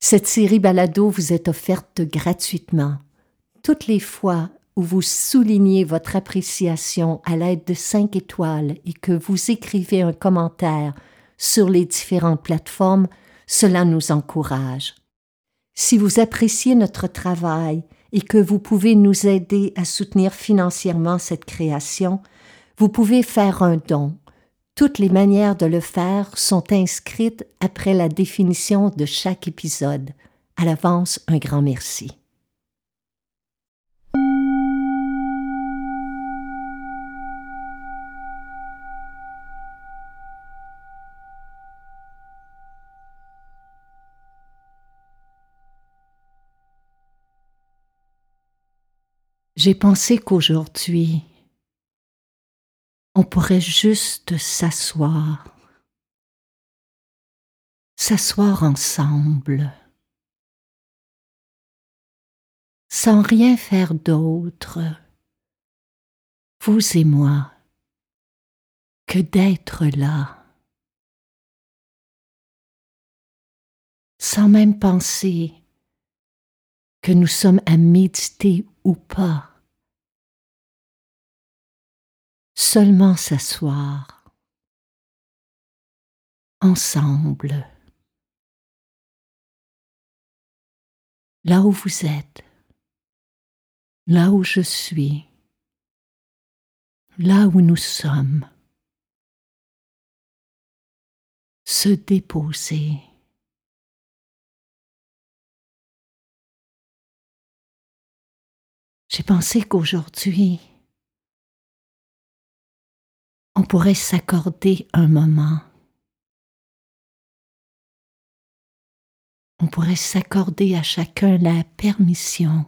Cette série balado vous est offerte gratuitement. Toutes les fois où vous soulignez votre appréciation à l'aide de 5 étoiles et que vous écrivez un commentaire sur les différentes plateformes, cela nous encourage. Si vous appréciez notre travail et que vous pouvez nous aider à soutenir financièrement cette création, vous pouvez faire un don. Toutes les manières de le faire sont inscrites après la définition de chaque épisode. À l'avance, un grand merci. J'ai pensé qu'aujourd'hui, on pourrait juste s'asseoir ensemble, sans rien faire d'autre, vous et moi, que d'être là, sans même penser que nous sommes à méditer ou pas, seulement s'asseoir, ensemble, là où vous êtes, là où je suis, là où nous sommes, se déposer. J'ai pensé qu'aujourd'hui, on pourrait s'accorder un moment. On pourrait s'accorder à chacun la permission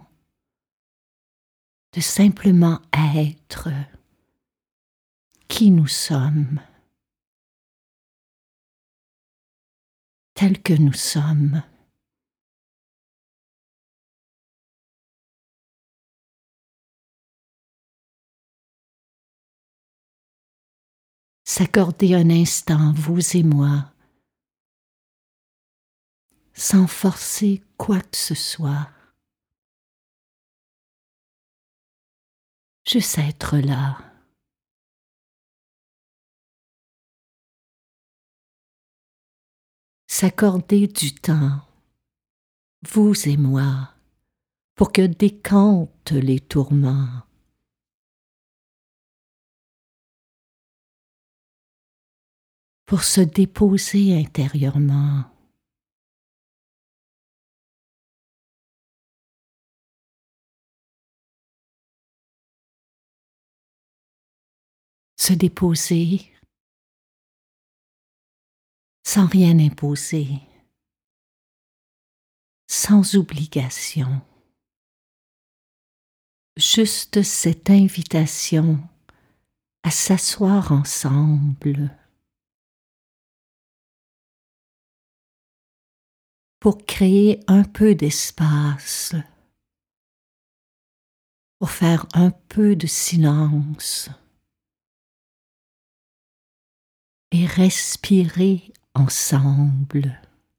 de simplement être qui nous sommes, tels que nous sommes. S'accorder un instant, vous et moi, sans forcer quoi que ce soit. Juste être là. S'accorder du temps, vous et moi, pour que décantent les tourments. Pour se déposer intérieurement. Se déposer sans rien imposer, sans obligation. Juste cette invitation à s'asseoir ensemble pour créer un peu d'espace, pour faire un peu de silence et respirer ensemble.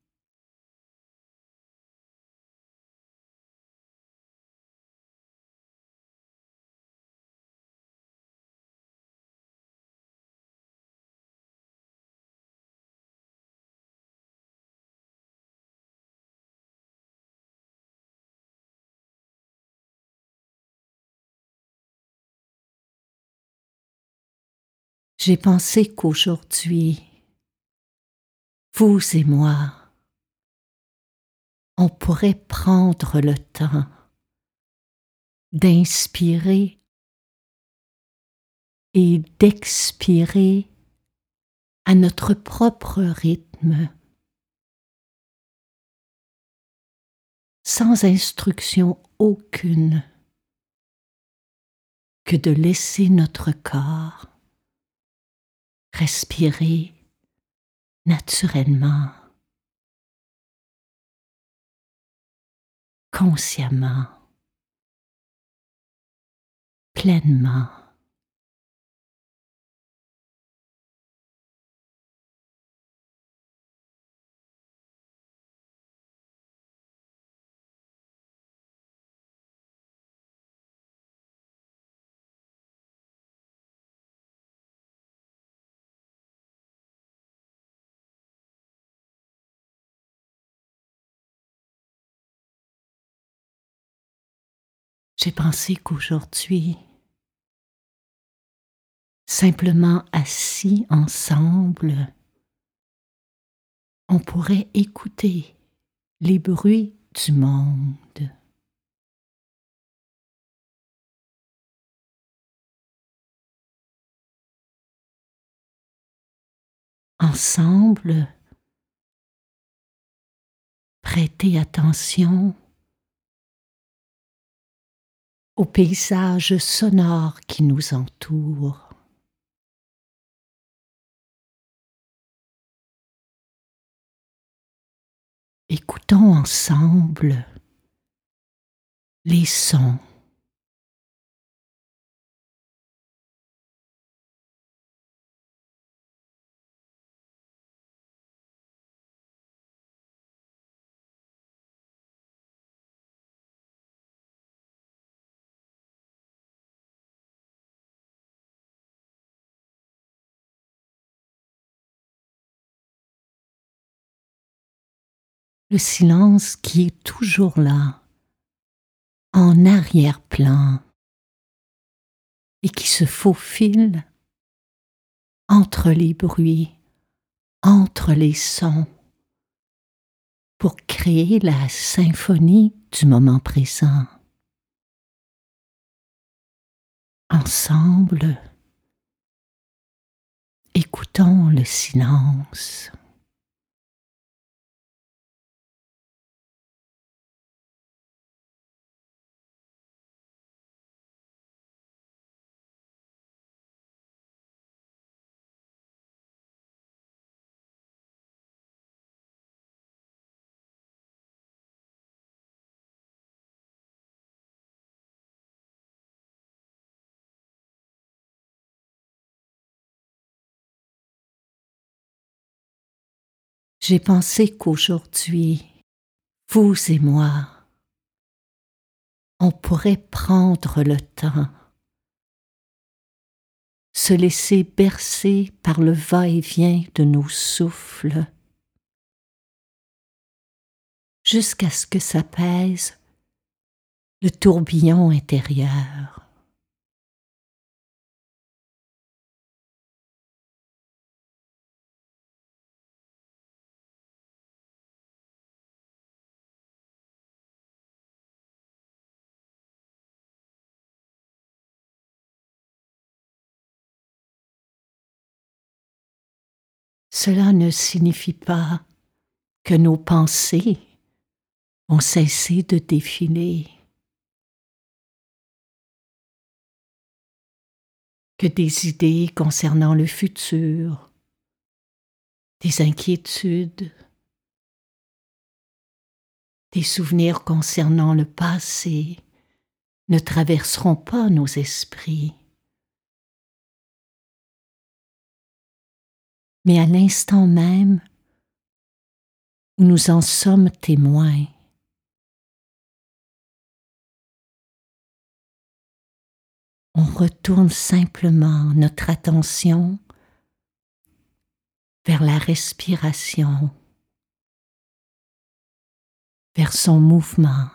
J'ai pensé qu'aujourd'hui, vous et moi, on pourrait prendre le temps d'inspirer et d'expirer à notre propre rythme, sans instruction aucune, que de laisser notre corps respirer naturellement, consciemment, pleinement. J'ai pensé qu'aujourd'hui, simplement assis ensemble, on pourrait écouter les bruits du monde. Ensemble, prêter attention aux paysages sonores qui nous entourent. Écoutons ensemble les sons. Le silence qui est toujours là, en arrière-plan, et qui se faufile entre les bruits, entre les sons, pour créer la symphonie du moment présent. Ensemble, écoutons le silence. J'ai pensé qu'aujourd'hui, vous et moi, on pourrait prendre le temps, se laisser bercer par le va-et-vient de nos souffles, jusqu'à ce que s'apaise le tourbillon intérieur. Cela ne signifie pas que nos pensées ont cessé de défiler, que des idées concernant le futur, des inquiétudes, des souvenirs concernant le passé ne traverseront pas nos esprits. Mais à l'instant même où nous en sommes témoins, on retourne simplement notre attention vers la respiration, vers son mouvement.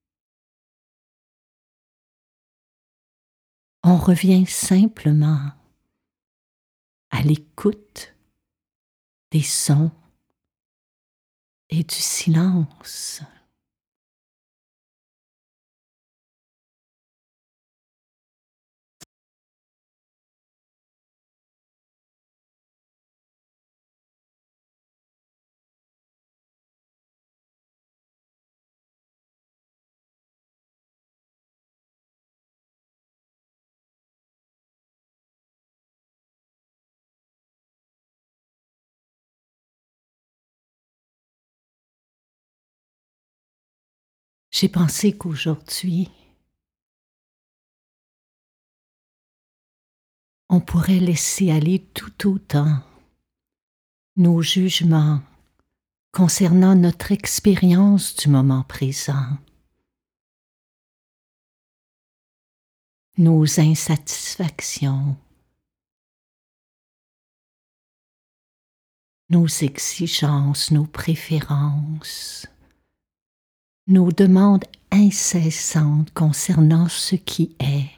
On revient simplement à l'écoute des sons et du silence. J'ai pensé qu'aujourd'hui, on pourrait laisser aller tout autant nos jugements concernant notre expérience du moment présent, nos insatisfactions, nos exigences, nos préférences, nos demandes incessantes concernant ce qui est.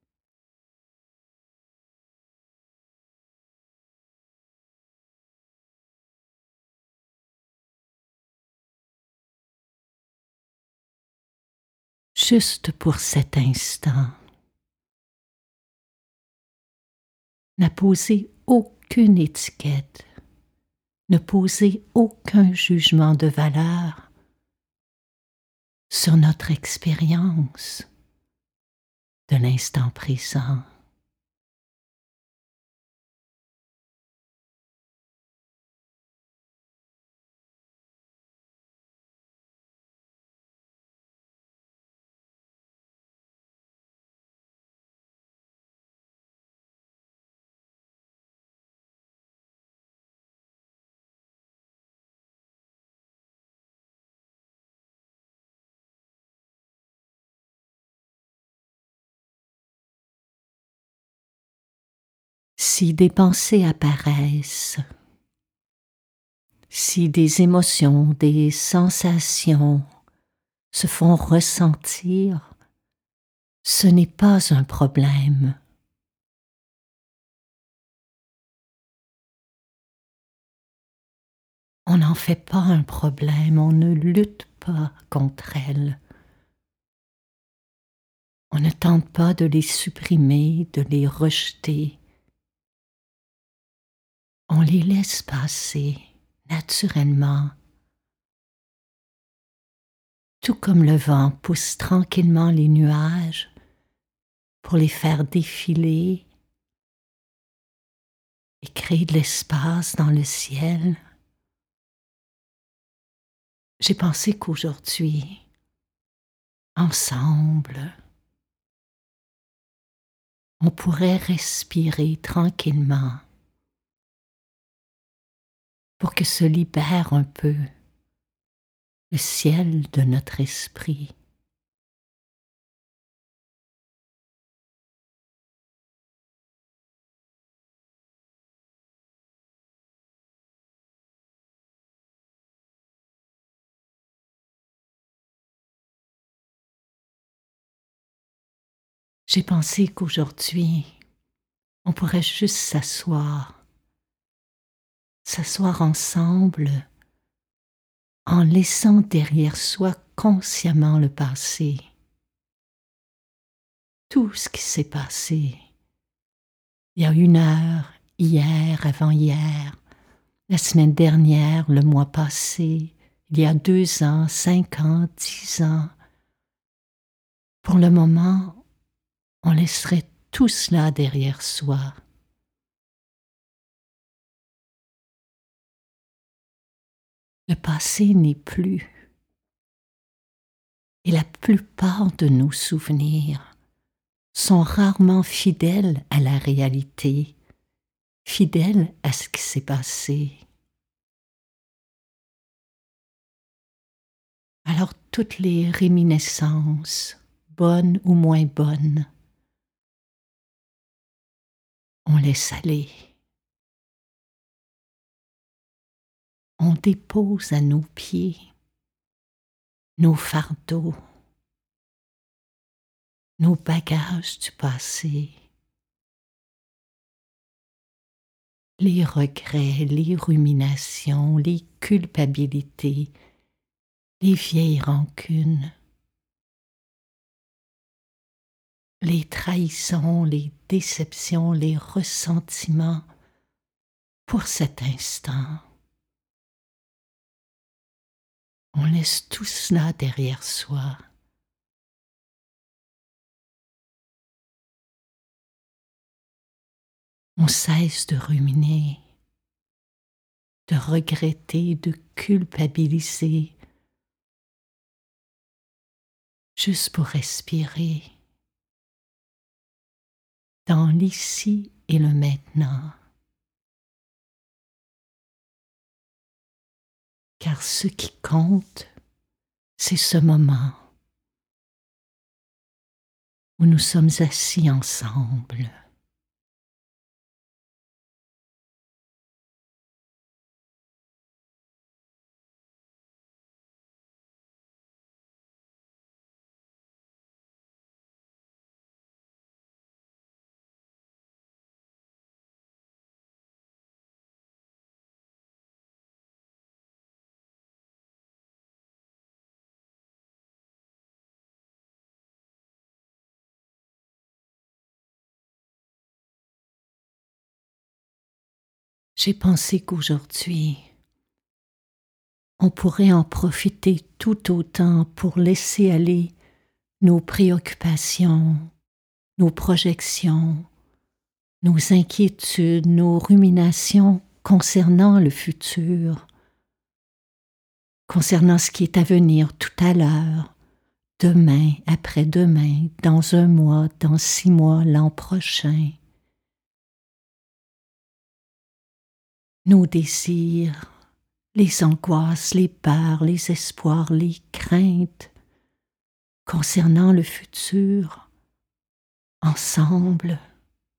Juste pour cet instant, n'a posé aucune étiquette, ne posez aucun jugement de valeur sur notre expérience de l'instant présent. Si des pensées apparaissent, si des émotions, des sensations se font ressentir, ce n'est pas un problème. On n'en fait pas un problème, on ne lutte pas contre elles. On ne tente pas de les supprimer, de les rejeter. On les laisse passer naturellement. Tout comme le vent pousse tranquillement les nuages pour les faire défiler et créer de l'espace dans le ciel. J'ai pensé qu'aujourd'hui, ensemble, on pourrait respirer tranquillement pour que se libère un peu le ciel de notre esprit. J'ai pensé qu'aujourd'hui, on pourrait juste s'asseoir ensemble en laissant derrière soi consciemment le passé. Tout ce qui s'est passé il y a 1 heure, hier, avant-hier, la semaine dernière, le mois passé, il y a 2 ans, 5 ans, 10 ans. Pour le moment, on laisserait tout cela derrière soi. Le passé n'est plus. Et la plupart de nos souvenirs sont rarement fidèles à la réalité, fidèles à ce qui s'est passé. Alors toutes les réminiscences, bonnes ou moins bonnes, on laisse aller. On dépose à nos pieds nos fardeaux, nos bagages du passé, les regrets, les ruminations, les culpabilités, les vieilles rancunes, les trahisons, les déceptions, les ressentiments pour cet instant. On laisse tout cela derrière soi. On cesse de ruminer, de regretter, de culpabiliser, juste pour respirer dans l'ici et le maintenant. Car ce qui compte, c'est ce moment où nous sommes assis ensemble. J'ai pensé qu'aujourd'hui, on pourrait en profiter tout autant pour laisser aller nos préoccupations, nos projections, nos inquiétudes, nos ruminations concernant le futur, concernant ce qui est à venir tout à l'heure, demain, après-demain, dans 1 mois, dans 6 mois, l'an prochain. Nos désirs, les angoisses, les peurs, les espoirs, les craintes concernant le futur, ensemble.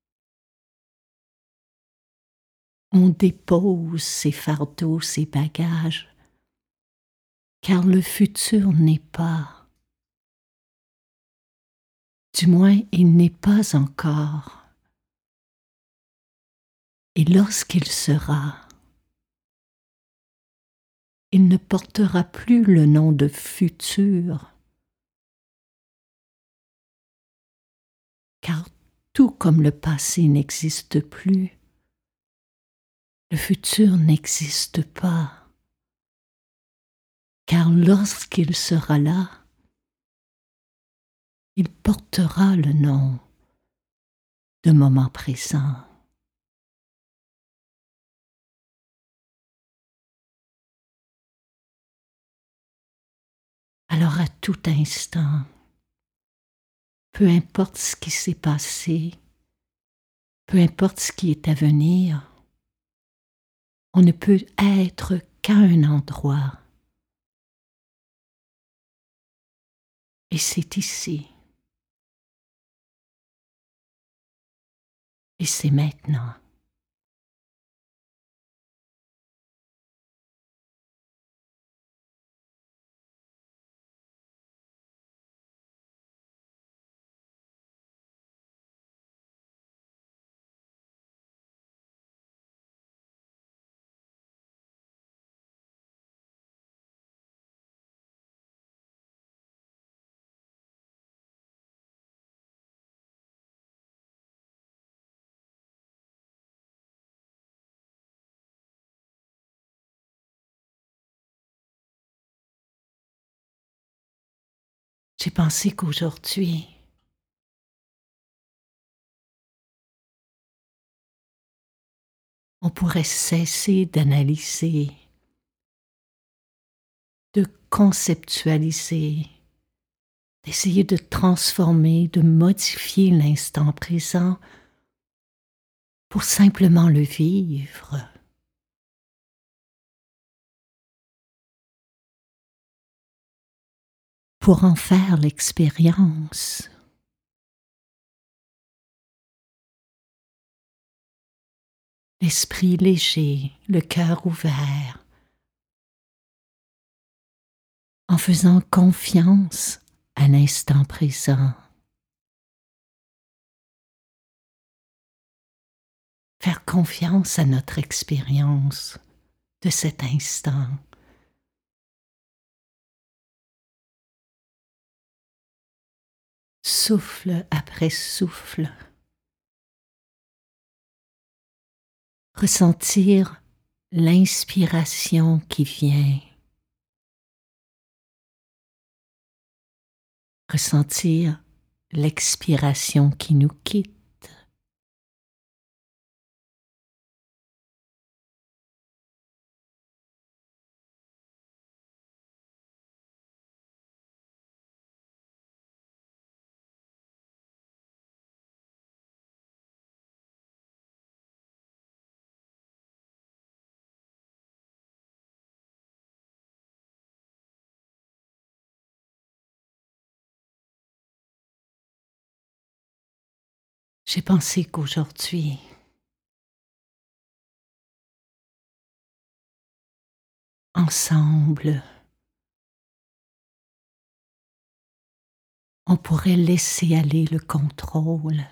On dépose ces fardeaux, ces bagages, car le futur n'est pas. Du moins, il n'est pas encore. Et lorsqu'il sera, il ne portera plus le nom de futur, car tout comme le passé n'existe plus, le futur n'existe pas, car lorsqu'il sera là, il portera le nom de moment présent. Alors à tout instant, peu importe ce qui s'est passé, peu importe ce qui est à venir, on ne peut être qu'à un endroit. Et c'est ici. Et c'est maintenant. J'ai pensé qu'aujourd'hui, on pourrait cesser d'analyser, de conceptualiser, d'essayer de transformer, de modifier l'instant présent pour simplement le vivre. Pour en faire l'expérience. L'esprit léger, le cœur ouvert, en faisant confiance à l'instant présent. Faire confiance à notre expérience de cet instant. Souffle après souffle. Ressentir l'inspiration qui vient. Ressentir l'expiration qui nous quitte. J'ai pensé qu'aujourd'hui, ensemble, on pourrait laisser aller le contrôle,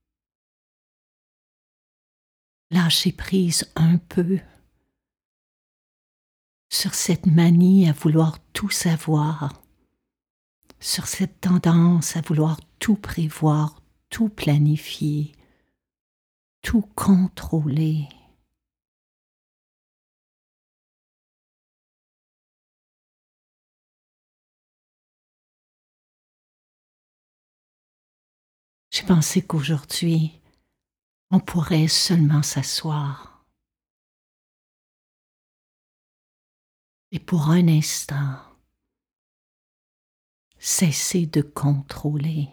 lâcher prise un peu sur cette manie à vouloir tout savoir, sur cette tendance à vouloir tout prévoir, tout planifier, tout contrôler. J'ai pensé qu'aujourd'hui, on pourrait seulement s'asseoir et pour un instant, cesser de contrôler,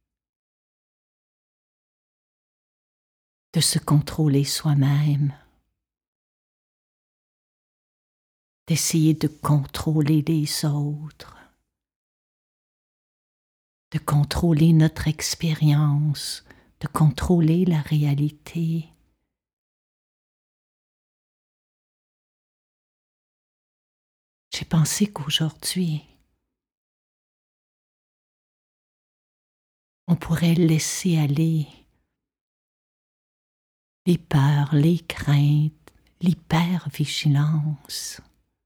de se contrôler soi-même, d'essayer de contrôler les autres, de contrôler notre expérience, de contrôler la réalité. J'ai pensé qu'aujourd'hui, on pourrait laisser aller les peurs, les craintes, l'hypervigilance,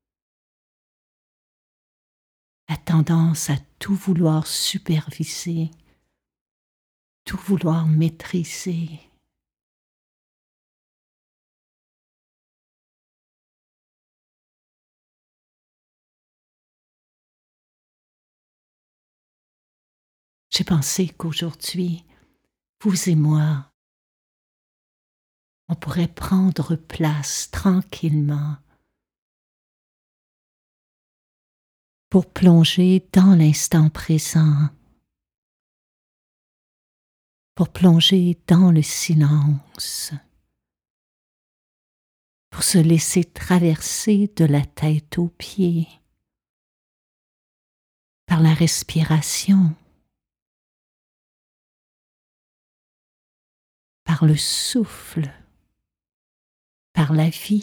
la tendance à tout vouloir superviser, tout vouloir maîtriser. J'ai pensé qu'aujourd'hui, vous et moi, on pourrait prendre place tranquillement pour plonger dans l'instant présent, pour plonger dans le silence, pour se laisser traverser de la tête aux pieds par la respiration, par le souffle, par la vie.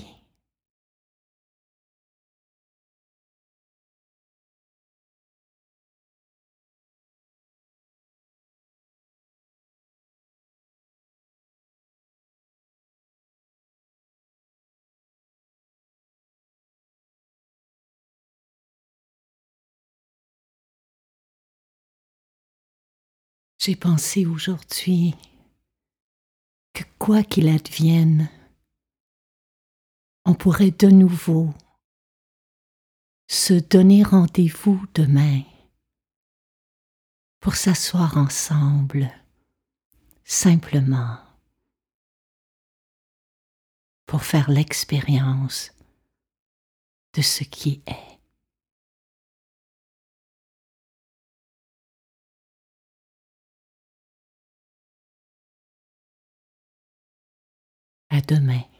J'ai pensé aujourd'hui que quoi qu'il advienne, on pourrait de nouveau se donner rendez-vous demain pour s'asseoir ensemble, simplement, pour faire l'expérience de ce qui est. À demain.